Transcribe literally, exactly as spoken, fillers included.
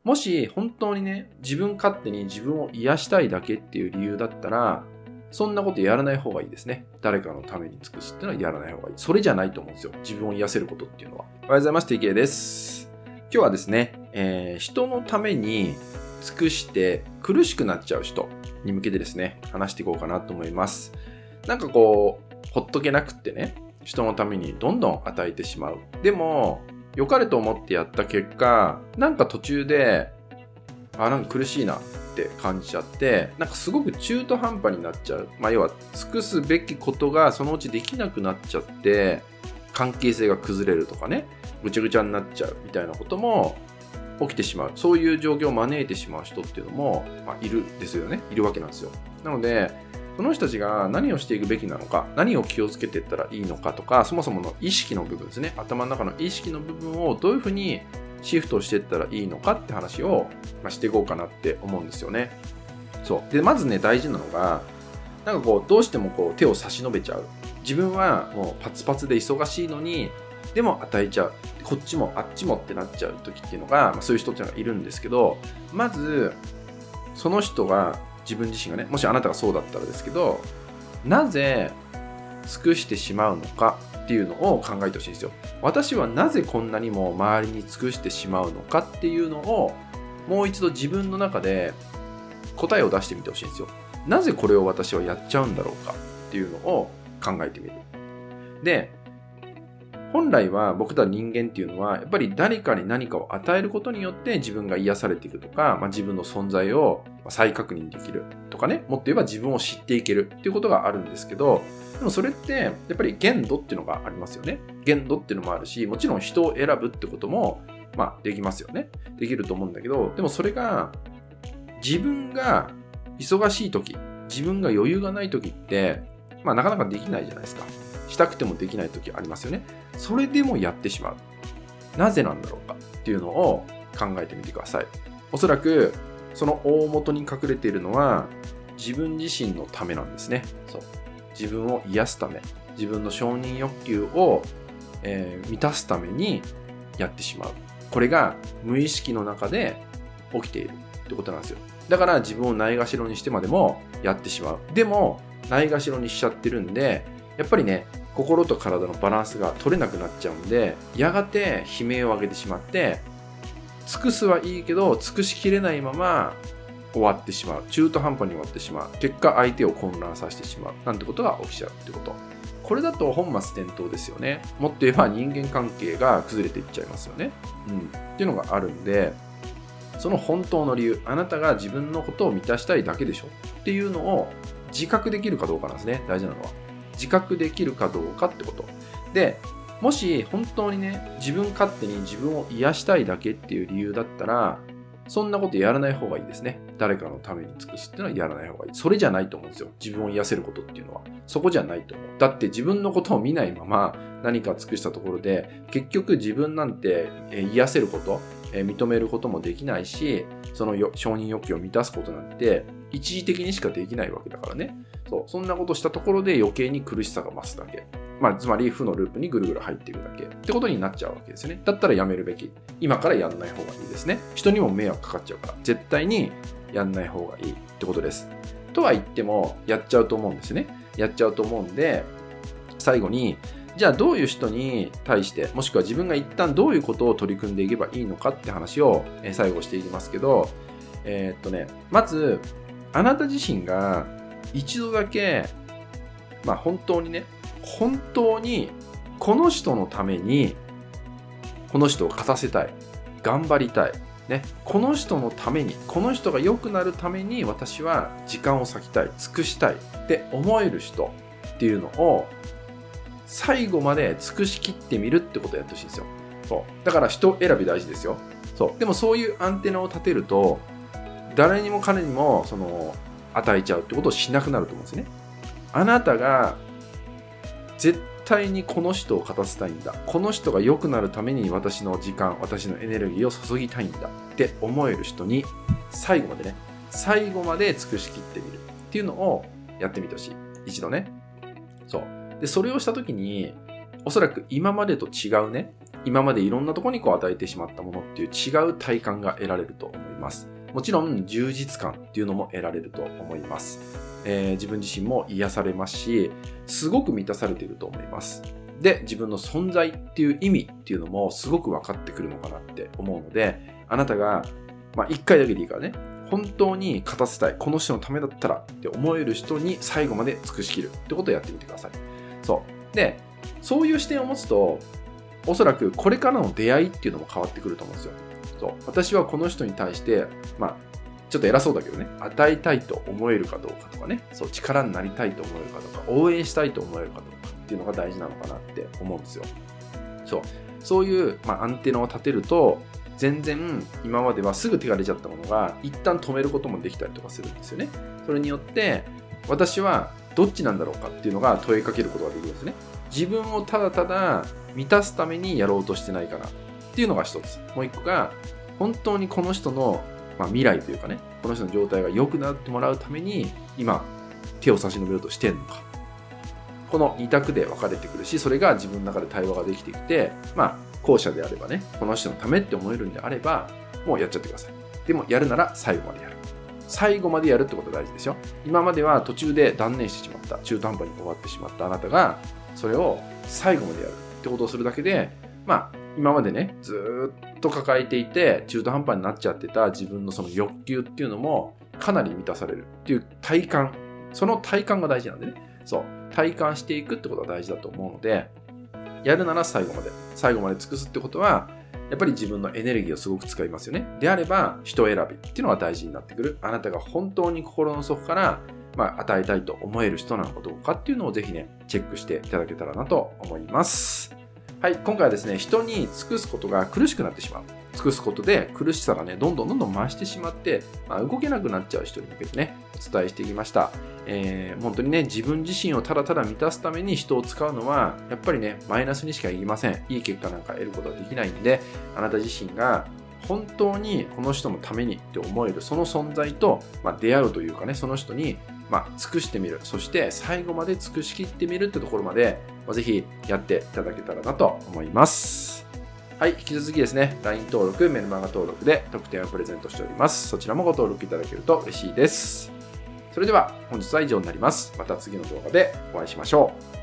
もし本当にね、自分勝手に自分を癒したいだけっていう理由だったら、そんなことやらない方がいいですね。誰かのために尽くすっていうのはやらない方がいい。それじゃないと思うんですよ。自分を癒せることっていうのは。おはようございます。ティーケー です。今日はですね、えー、人のために尽くして苦しくなっちゃう人に向けてですね、話していこうかなと思います。なんかこう、ほっとけなくってね、人のためにどんどん与えてしまう。でも、良かれと思ってやった結果、なんか途中で、あ、なんか苦しいなって感じちゃって、なんかすごく中途半端になっちゃう。まあ要は、尽くすべきことがそのうちできなくなっちゃって、関係性が崩れるとかね、ぐちゃぐちゃになっちゃうみたいなことも起きてしまう。そういう状況を招いてしまう人っていうのも、まあ、いるですよね。いるわけなんですよ。なので、その人たちが何をしていくべきなのか、何を気をつけていったらいいのかとか、そもそもの意識の部分ですね。頭の中の意識の部分をどういうふうにシフトしていったらいいのかって話を、まあ、していこうかなって思うんですよね。そう。で、まずね、大事なのが、なんかこう、どうしてもこう手を差し伸べちゃう。自分はもうパツパツで忙しいのに、でも与えちゃう。こっちもあっちもってなっちゃう時っていうのが、まあ、そういう人っていうのがいるんですけど、まず、その人が、自分自身がね、もしあなたがそうだったらですけど、なぜ尽くしてしまうのかっていうのを考えてほしいんですよ。私はなぜこんなにも周りに尽くしてしまうのかっていうのを、もう一度自分の中で答えを出してみてほしいんですよ。なぜこれを私はやっちゃうんだろうかっていうのを考えてみる。で、本来は僕たち人間っていうのはやっぱり誰かに何かを与えることによって自分が癒されていくとか、まあ、自分の存在を再確認できるとかね、もっと言えば自分を知っていけるっていうことがあるんですけど、でもそれってやっぱり限度っていうのがありますよね。限度っていうのもあるし、もちろん人を選ぶってこともまあできますよね。できると思うんだけど、でもそれが自分が忙しい時、自分が余裕がない時ってまあなかなかできないじゃないですか。したくてもできない時ありますよね。それでもやってしまう。なぜなんだろうかっていうのを考えてみてください。おそらくその大元に隠れているのは自分自身のためなんですね。そう。自分を癒すため、自分の承認欲求を、えー、満たすためにやってしまう。これが無意識の中で起きているってことなんですよ。だから自分をないがしろにしてまでもやってしまう。でもないがしろにしちゃってるんで、やっぱりね、心と体のバランスが取れなくなっちゃうんで、やがて悲鳴を上げてしまって、尽くすはいいけど、尽くしきれないまま終わってしまう。中途半端に終わってしまう。結果、相手を混乱させてしまう。なんてことが起きちゃうってこと。これだと本末転倒ですよね。もっと言えば人間関係が崩れていっちゃいますよね。うん。っていうのがあるんで、その本当の理由、あなたが自分のことを満たしたいだけでしょっていうのを自覚できるかどうかなんですね。大事なのは。自覚できるかどうかってこと。で、もし本当にね、自分勝手に自分を癒したいだけっていう理由だったら、そんなことやらない方がいいですね。誰かのために尽くすっていうのはやらない方がいい。それじゃないと思うんですよ。自分を癒せることっていうのは。そこじゃないと思う。だって自分のことを見ないまま何か尽くしたところで、結局自分なんて癒せること、認めることもできないし、その承認欲求を満たすことなんて一時的にしかできないわけだからね。そう。そんなことしたところで余計に苦しさが増すだけ。まあ、つまり負のループにぐるぐる入っていくだけってことになっちゃうわけですよね。だったらやめるべき。今からやんない方がいいですね。人にも迷惑かかっちゃうから、絶対にやんない方がいいってことです。とは言っても、やっちゃうと思うんですね。やっちゃうと思うんで、最後に、じゃあどういう人に対して、もしくは自分が一旦どういうことを取り組んでいけばいいのかって話を最後していきますけど、えー、っとね、まず、あなた自身が一度だけ、まあ本当にね、本当にこの人のためにこの人を勝たせたい、頑張りたい、ね、この人のために、この人が良くなるために私は時間を割きたい、尽くしたいって思える人っていうのを最後まで尽くしきってみるってことをやってほしいんですよ。そうだから人選び大事ですよ。そうでもそういうアンテナを立てると誰にも彼にもその与えちゃうってことをしなくなると思うんですね。あなたが絶対にこの人を勝たせたいんだ。この人が良くなるために私の時間、私のエネルギーを注ぎたいんだって思える人に最後までね、最後まで尽くしきってみるっていうのをやってみてほしい。一度ね。そう。で、それをしたときに、おそらく今までと違うね、 今までいろんなところにこう与えてしまったものっていう違う体感が得られると思います。もちろん充実感っていうのも得られると思います。えー、自分自身も癒されますし、すごく満たされていると思います。で、自分の存在っていう意味っていうのもすごく分かってくるのかなって思うので、あなたが、まあ一回だけでいいからね、本当に勝たせたい、この人のためだったらって思える人に最後まで尽くしきるってことをやってみてください。そう。で、そういう視点を持つと、おそらくこれからの出会いっていうのも変わってくると思うんですよ。そう。私はこの人に対して、まあ、ちょっと偉そうだけどね、与えたいと思えるかどうかとかね、そう、力になりたいと思えるかとか、応援したいと思えるかどうかっていうのが大事なのかなって思うんですよ。そう。そういう、まあ、アンテナを立てると、全然今まではすぐ手が出ちゃったものが一旦止めることもできたりとかするんですよね。それによって私はどっちなんだろうかっていうのが問いかけることができるんですね。自分をただただ満たすためにやろうとしてないかなっていうのが一つ。もう一個が本当にこの人の、まあ、未来というかね、この人の状態が良くなってもらうために今手を差し伸べようとしてんのか。この二択で分かれてくるし、それが自分の中で対話ができてきて、まあ後者であればね、この人のためって思えるんであれば、もうやっちゃってください。でもやるなら最後までやる。最後までやるってことが大事ですよ。今までは途中で断念してしまった、中途半端に終わってしまったあなたが、それを最後までやるってことをするだけで、まあ、今までね、ずーっと抱えていて、中途半端になっちゃってた自分のその欲求っていうのも、かなり満たされるっていう体感、その体感が大事なんでね。そう。体感していくってことが大事だと思うので、やるなら最後まで。最後まで尽くすってことは、やっぱり自分のエネルギーをすごく使いますよね。であれば、人選びっていうのが大事になってくる。あなたが本当に心の底から、まあ、与えたいと思える人なのかどうかっていうのをぜひね、チェックしていただけたらなと思います。はい、今回はですね、人に尽くすことが苦しくなってしまう。尽くすことで苦しさがね、どんどんどんどん増してしまって、まあ、動けなくなっちゃう人に向けてね、お伝えしてきました。えー、本当にね、自分自身をただただ満たすために人を使うのは、やっぱりね、マイナスにしかいきません。いい結果なんか得ることはできないんで、あなた自身が本当にこの人のためにって思える、その存在と、まあ、出会うというかね、その人に、まあ、尽くしてみる。そして最後まで尽くしきってみるってところまで、まあ、ぜひやっていただけたらなと思います。はい、引き続きですね、ライン 登録、メルマガ登録で特典をプレゼントしております。そちらもご登録いただけると嬉しいです。それでは本日は以上になります。また次の動画でお会いしましょう。